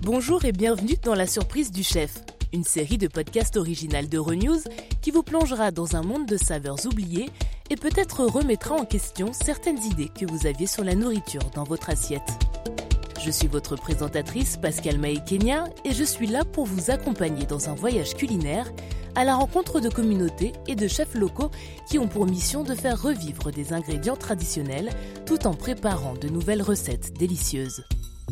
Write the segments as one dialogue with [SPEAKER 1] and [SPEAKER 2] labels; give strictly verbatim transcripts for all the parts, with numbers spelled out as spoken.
[SPEAKER 1] Bonjour et bienvenue dans La Surprise du Chef, une série de podcasts originales d'Euronews qui vous plongera dans un monde de saveurs oubliées et peut-être remettra en question certaines idées que vous aviez sur la nourriture dans votre assiette. Je suis votre présentatrice Pascal Maï-Kenya et je suis là pour vous accompagner dans un voyage culinaire à la rencontre de communautés et de chefs locaux qui ont pour mission de faire revivre des ingrédients traditionnels tout en préparant de nouvelles recettes délicieuses.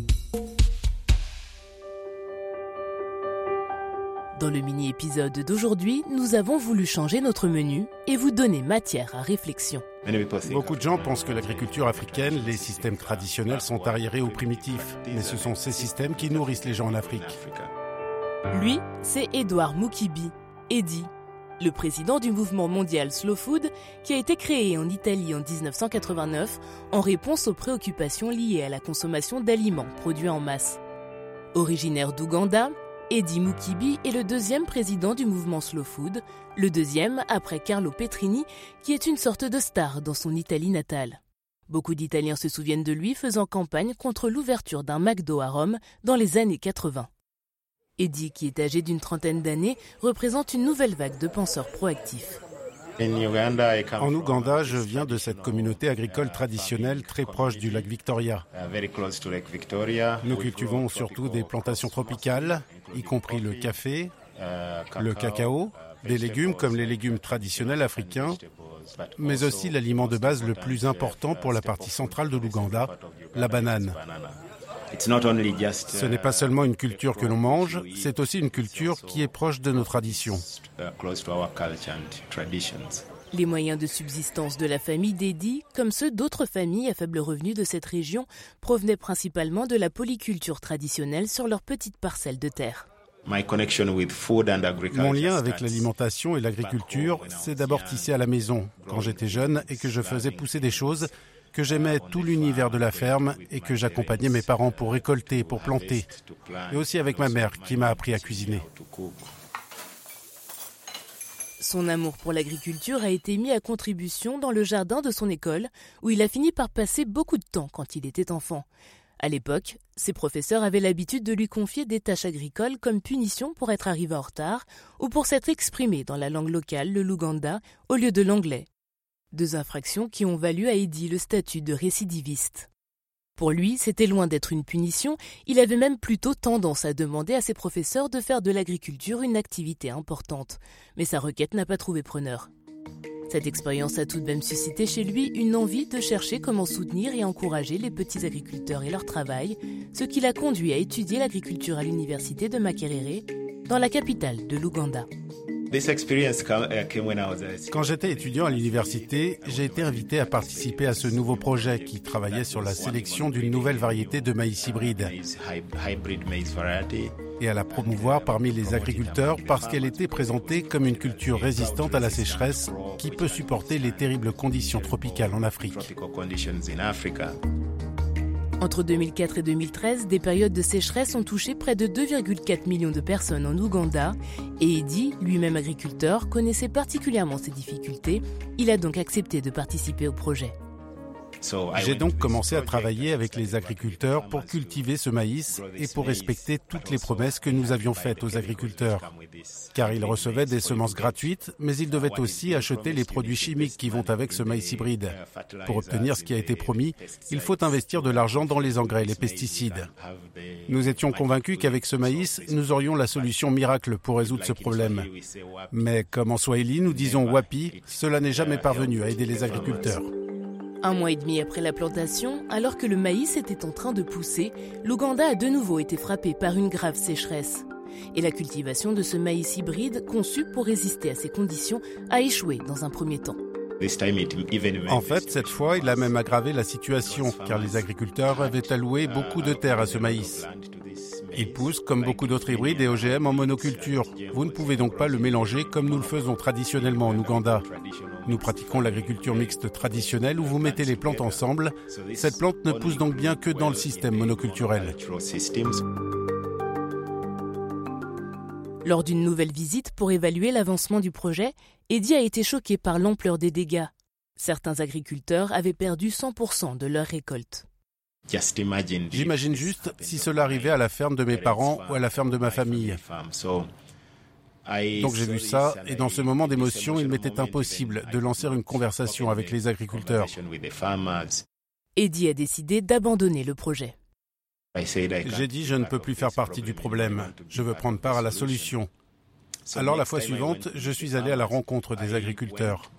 [SPEAKER 1] Dans le mini-épisode d'aujourd'hui, nous avons voulu changer notre menu et vous donner matière à réflexion.
[SPEAKER 2] Beaucoup de gens pensent que l'agriculture africaine, les systèmes traditionnels sont arriérés ou primitifs, mais ce sont ces systèmes qui nourrissent les gens en Afrique.
[SPEAKER 1] Lui, c'est Edouard Moukibi, Eddy, le président du mouvement mondial Slow Food qui a été créé en Italie en dix-neuf cent quatre-vingt-neuf en réponse aux préoccupations liées à la consommation d'aliments produits en masse. Originaire d'Ouganda, Eddy Moukibi est le deuxième président du mouvement Slow Food, le deuxième après Carlo Petrini, qui est une sorte de star dans son Italie natale. Beaucoup d'Italiens se souviennent de lui faisant campagne contre l'ouverture d'un McDo à Rome dans les années quatre-vingts. Eddy, qui est âgé d'une trentaine d'années, représente une nouvelle vague de penseurs proactifs.
[SPEAKER 2] En Ouganda, je viens de cette communauté agricole traditionnelle très proche du lac Victoria. Nous cultivons surtout des plantations tropicales, y compris le café, le cacao, des légumes comme les légumes traditionnels africains, mais aussi l'aliment de base le plus important pour la partie centrale de l'Ouganda, la banane. Ce n'est pas seulement une culture que l'on mange, c'est aussi une culture qui est proche de nos traditions.
[SPEAKER 1] Les moyens de subsistance de la famille d'Eddy, comme ceux d'autres familles à faible revenu de cette région, provenaient principalement de la polyculture traditionnelle sur leurs petites parcelles de terre.
[SPEAKER 2] Mon lien avec l'alimentation et l'agriculture, c'est d'abord tissé à la maison, quand j'étais jeune et que je faisais pousser des choses, que j'aimais tout l'univers de la ferme et que j'accompagnais mes parents pour récolter, pour planter, et aussi avec ma mère qui m'a appris à cuisiner.
[SPEAKER 1] Son amour pour l'agriculture a été mis à contribution dans le jardin de son école, où il a fini par passer beaucoup de temps quand il était enfant. À l'époque, ses professeurs avaient l'habitude de lui confier des tâches agricoles comme punition pour être arrivé en retard ou pour s'être exprimé dans la langue locale, le Luganda, au lieu de l'anglais. Deux infractions qui ont valu à Eddy le statut de récidiviste. Pour lui, c'était loin d'être une punition, il avait même plutôt tendance à demander à ses professeurs de faire de l'agriculture une activité importante. Mais sa requête n'a pas trouvé preneur. Cette expérience a tout de même suscité chez lui une envie de chercher comment soutenir et encourager les petits agriculteurs et leur travail, ce qui l'a conduit à étudier l'agriculture à l'université de Makerere, dans la capitale de l'Ouganda.
[SPEAKER 2] Quand j'étais étudiant à l'université, j'ai été invité à participer à ce nouveau projet qui travaillait sur la sélection d'une nouvelle variété de maïs hybride et à la promouvoir parmi les agriculteurs parce qu'elle était présentée comme une culture résistante à la sécheresse qui peut supporter les terribles conditions tropicales en Afrique.
[SPEAKER 1] Entre deux mille quatre et deux mille treize, des périodes de sécheresse ont touché près de deux virgule quatre millions de personnes en Ouganda et Eddy, lui-même agriculteur, connaissait particulièrement ces difficultés. Il a donc accepté de participer au projet.
[SPEAKER 2] J'ai donc commencé à travailler avec les agriculteurs pour cultiver ce maïs et pour respecter toutes les promesses que nous avions faites aux agriculteurs. Car ils recevaient des semences gratuites, mais ils devaient aussi acheter les produits chimiques qui vont avec ce maïs hybride. Pour obtenir ce qui a été promis, il faut investir de l'argent dans les engrais et les pesticides. Nous étions convaincus qu'avec ce maïs, nous aurions la solution miracle pour résoudre ce problème. Mais comme en Swahili, nous disons wapi, cela n'est jamais parvenu à aider les agriculteurs.
[SPEAKER 1] Un mois et demi après la plantation, alors que le maïs était en train de pousser, l'Ouganda a de nouveau été frappé par une grave sécheresse. Et la cultivation de ce maïs hybride, conçu pour résister à ces conditions, a échoué dans un premier temps.
[SPEAKER 2] En fait, cette fois, il a même aggravé la situation, car les agriculteurs avaient alloué beaucoup de terre à ce maïs. Il pousse, comme beaucoup d'autres hybrides et O G M, en monoculture. Vous ne pouvez donc pas le mélanger comme nous le faisons traditionnellement en Ouganda. Nous pratiquons l'agriculture mixte traditionnelle où vous mettez les plantes ensemble. Cette plante ne pousse donc bien que dans le système monoculturel.
[SPEAKER 1] Lors d'une nouvelle visite pour évaluer l'avancement du projet, Eddy a été choqué par l'ampleur des dégâts. Certains agriculteurs avaient perdu cent pour cent de leur récolte.
[SPEAKER 2] J'imagine juste si cela arrivait à la ferme de mes parents ou à la ferme de ma famille. Donc j'ai vu ça, et dans ce moment d'émotion, il m'était impossible de lancer une conversation avec les agriculteurs.
[SPEAKER 1] Eddie a décidé d'abandonner le projet.
[SPEAKER 2] J'ai dit, je ne peux plus faire partie du problème, je veux prendre part à la solution. Alors la fois suivante, je suis allé à la rencontre des agriculteurs.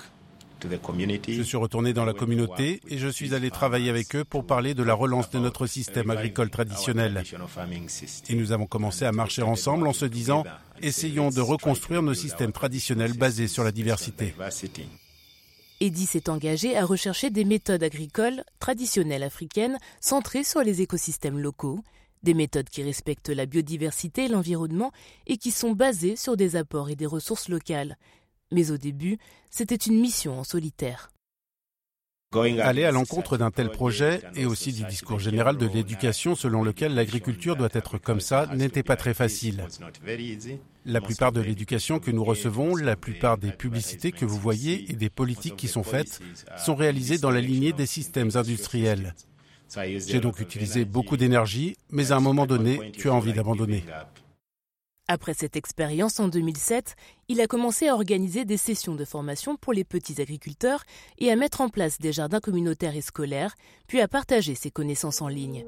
[SPEAKER 2] Je suis retourné dans la communauté et je suis allé travailler avec eux pour parler de la relance de notre système agricole traditionnel. Et nous avons commencé à marcher ensemble en se disant « Essayons de reconstruire nos systèmes traditionnels basés sur la diversité ».
[SPEAKER 1] Eddie s'est engagé à rechercher des méthodes agricoles traditionnelles africaines centrées sur les écosystèmes locaux, des méthodes qui respectent la biodiversité et l'environnement et qui sont basées sur des apports et des ressources locales. Mais au début, c'était une mission en solitaire.
[SPEAKER 2] Aller à l'encontre d'un tel projet et aussi du discours général de l'éducation selon lequel l'agriculture doit être comme ça n'était pas très facile. La plupart de l'éducation que nous recevons, la plupart des publicités que vous voyez et des politiques qui sont faites sont réalisées dans la lignée des systèmes industriels. J'ai donc utilisé beaucoup d'énergie, mais à un moment donné, tu as envie d'abandonner.
[SPEAKER 1] Après cette expérience en deux mille sept, il a commencé à organiser des sessions de formation pour les petits agriculteurs et à mettre en place des jardins communautaires et scolaires, puis à partager ses connaissances en ligne.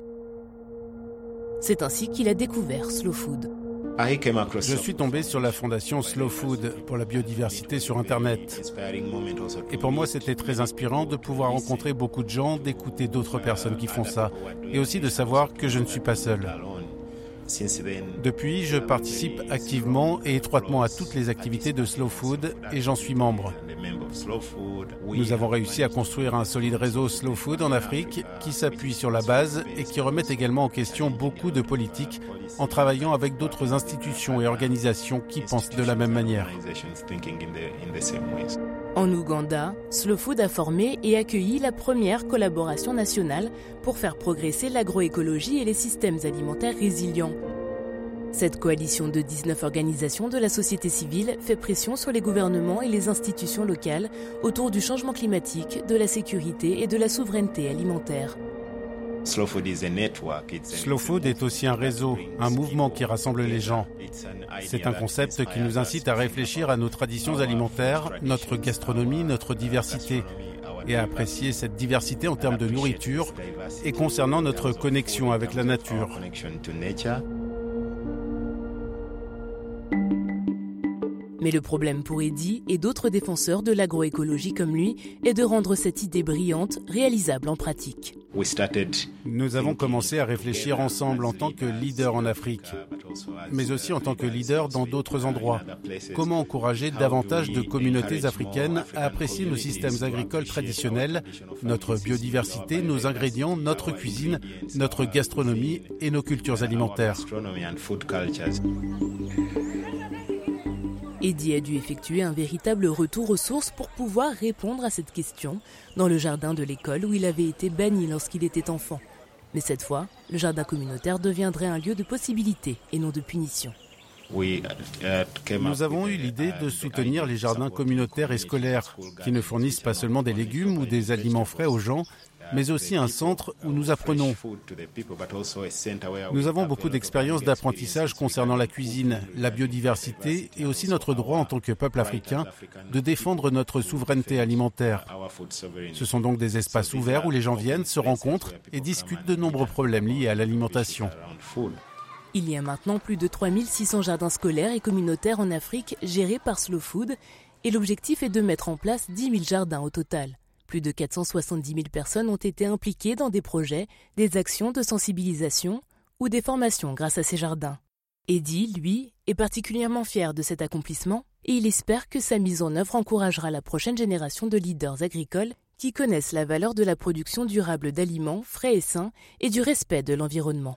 [SPEAKER 1] C'est ainsi qu'il a découvert Slow Food.
[SPEAKER 2] Je suis tombé sur la fondation Slow Food pour la biodiversité sur Internet. Et pour moi, c'était très inspirant de pouvoir rencontrer beaucoup de gens, d'écouter d'autres personnes qui font ça, et aussi de savoir que je ne suis pas seul. Depuis, je participe activement et étroitement à toutes les activités de Slow Food et j'en suis membre. Nous avons réussi à construire un solide réseau Slow Food en Afrique qui s'appuie sur la base et qui remet également en question beaucoup de politiques en travaillant avec d'autres institutions et organisations qui pensent de la même manière.
[SPEAKER 1] En Ouganda, Slow Food a formé et accueilli la première collaboration nationale pour faire progresser l'agroécologie et les systèmes alimentaires résilients. Cette coalition de dix-neuf organisations de la société civile fait pression sur les gouvernements et les institutions locales autour du changement climatique, de la sécurité et de la souveraineté alimentaire.
[SPEAKER 2] Slow Food est aussi un réseau, un mouvement qui rassemble les gens. C'est un concept qui nous incite à réfléchir à nos traditions alimentaires, notre gastronomie, notre diversité, et à apprécier cette diversité en termes de nourriture et concernant notre connexion avec la nature.
[SPEAKER 1] Mais le problème pour Eddie et d'autres défenseurs de l'agroécologie comme lui est de rendre cette idée brillante réalisable en pratique.
[SPEAKER 2] Nous avons commencé à réfléchir ensemble en tant que leader en Afrique, mais aussi en tant que leader dans d'autres endroits. Comment encourager davantage de communautés africaines à apprécier nos systèmes agricoles traditionnels, notre biodiversité, nos ingrédients, notre cuisine, notre gastronomie et nos cultures alimentaires.
[SPEAKER 1] Eddie a dû effectuer un véritable retour aux sources pour pouvoir répondre à cette question dans le jardin de l'école où il avait été banni lorsqu'il était enfant. Mais cette fois, le jardin communautaire deviendrait un lieu de possibilité et non de punition.
[SPEAKER 2] Nous avons eu l'idée de soutenir les jardins communautaires et scolaires qui ne fournissent pas seulement des légumes ou des aliments frais aux gens, mais aussi un centre où nous apprenons. Nous avons beaucoup d'expériences d'apprentissage concernant la cuisine, la biodiversité et aussi notre droit en tant que peuple africain de défendre notre souveraineté alimentaire. Ce sont donc des espaces ouverts où les gens viennent, se rencontrent et discutent de nombreux problèmes liés à l'alimentation.
[SPEAKER 1] Il y a maintenant plus de trois mille six cents jardins scolaires et communautaires en Afrique gérés par Slow Food et l'objectif est de mettre en place dix mille jardins au total. Plus de quatre cent soixante-dix mille personnes ont été impliquées dans des projets, des actions de sensibilisation ou des formations grâce à ces jardins. Eddie, lui, est particulièrement fier de cet accomplissement et il espère que sa mise en œuvre encouragera la prochaine génération de leaders agricoles qui connaissent la valeur de la production durable d'aliments frais et sains et du respect de l'environnement.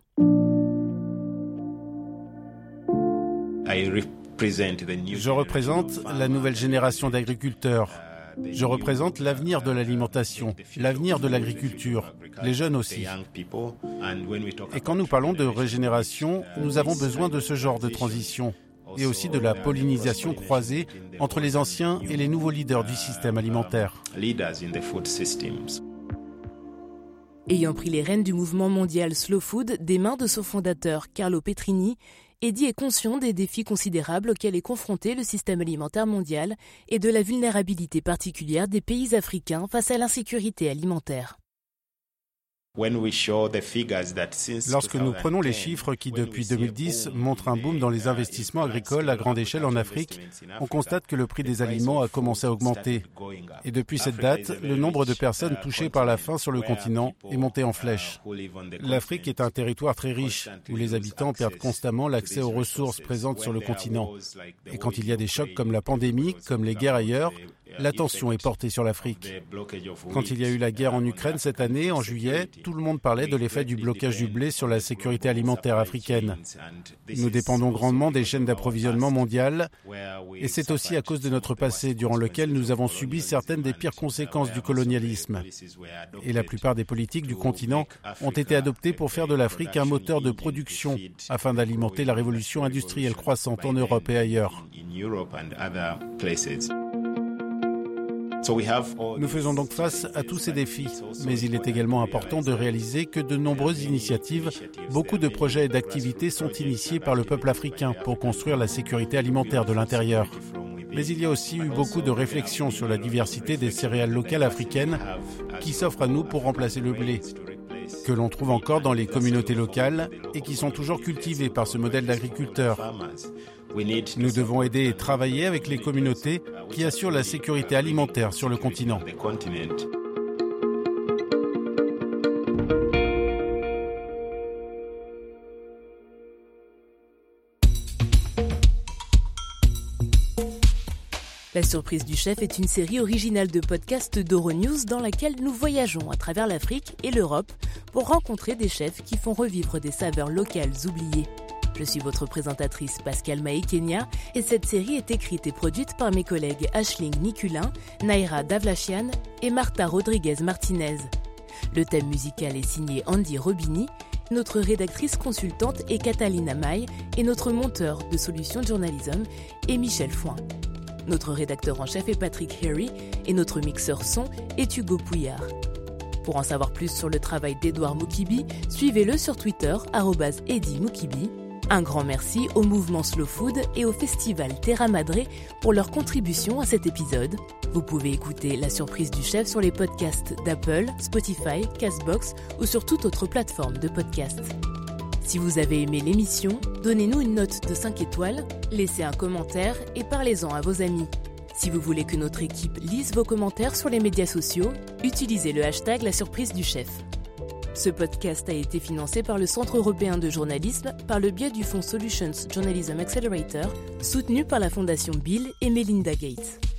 [SPEAKER 2] Je représente la nouvelle génération d'agriculteurs. Je représente l'avenir de l'alimentation, l'avenir de l'agriculture, les jeunes aussi. Et quand nous parlons de régénération, nous avons besoin de ce genre de transition et aussi de la pollinisation croisée entre les anciens et les nouveaux leaders du système alimentaire.
[SPEAKER 1] Ayant pris les rênes du mouvement mondial Slow Food des mains de son fondateur Carlo Petrini, Eddy est conscient des défis considérables auxquels est confronté le système alimentaire mondial et de la vulnérabilité particulière des pays africains face à l'insécurité alimentaire.
[SPEAKER 2] Lorsque nous prenons les chiffres qui, depuis deux mille dix, montrent un boom dans les investissements agricoles à grande échelle en Afrique, on constate que le prix des aliments a commencé à augmenter. Et depuis cette date, le nombre de personnes touchées par la faim sur le continent est monté en flèche. L'Afrique est un territoire très riche, où les habitants perdent constamment l'accès aux ressources présentes sur le continent. Et quand il y a des chocs comme la pandémie, comme les guerres ailleurs, l'attention est portée sur l'Afrique. Quand il y a eu la guerre en Ukraine cette année, en juillet, tout le monde parlait de l'effet du blocage du blé sur la sécurité alimentaire africaine. Nous dépendons grandement des chaînes d'approvisionnement mondiales et c'est aussi à cause de notre passé durant lequel nous avons subi certaines des pires conséquences du colonialisme. Et la plupart des politiques du continent ont été adoptées pour faire de l'Afrique un moteur de production afin d'alimenter la révolution industrielle croissante en Europe et ailleurs. Nous faisons donc face à tous ces défis, mais il est également important de réaliser que de nombreuses initiatives, beaucoup de projets et d'activités sont initiés par le peuple africain pour construire la sécurité alimentaire de l'intérieur. Mais il y a aussi eu beaucoup de réflexions sur la diversité des céréales locales africaines qui s'offrent à nous pour remplacer le blé, que l'on trouve encore dans les communautés locales et qui sont toujours cultivées par ce modèle d'agriculteur. Nous devons aider et travailler avec les communautés qui assurent la sécurité alimentaire sur le continent.
[SPEAKER 1] La surprise du chef est une série originale de podcasts d'Euronews dans laquelle nous voyageons à travers l'Afrique et l'Europe pour rencontrer des chefs qui font revivre des saveurs locales oubliées. Je suis votre présentatrice Pascal Maï-Kenya et cette série est écrite et produite par mes collègues Aisling Niculin, Naira Davlachian et Marta Rodriguez-Martinez. Le thème musical est signé Andy Robini, notre rédactrice consultante est Catalina Maille et notre monteur de Solutions Journalism est Michel Foin. Notre rédacteur en chef est Patrick Harry et notre mixeur son est Hugo Pouillard. Pour en savoir plus sur le travail d'Edouard Moukibi, suivez-le sur Twitter arobase Eddy Moukibi. Un grand merci au mouvement Slow Food et au festival Terra Madre pour leur contribution à cet épisode. Vous pouvez écouter La surprise du chef sur les podcasts d'Apple, Spotify, Castbox ou sur toute autre plateforme de podcast. Si vous avez aimé l'émission, donnez-nous une note de cinq étoiles, laissez un commentaire et parlez-en à vos amis. Si vous voulez que notre équipe lise vos commentaires sur les médias sociaux, utilisez le hashtag La surprise du chef. Ce podcast a été financé par le Centre européen de journalisme par le biais du fonds Solutions Journalism Accelerator, soutenu par la Fondation Bill et Melinda Gates.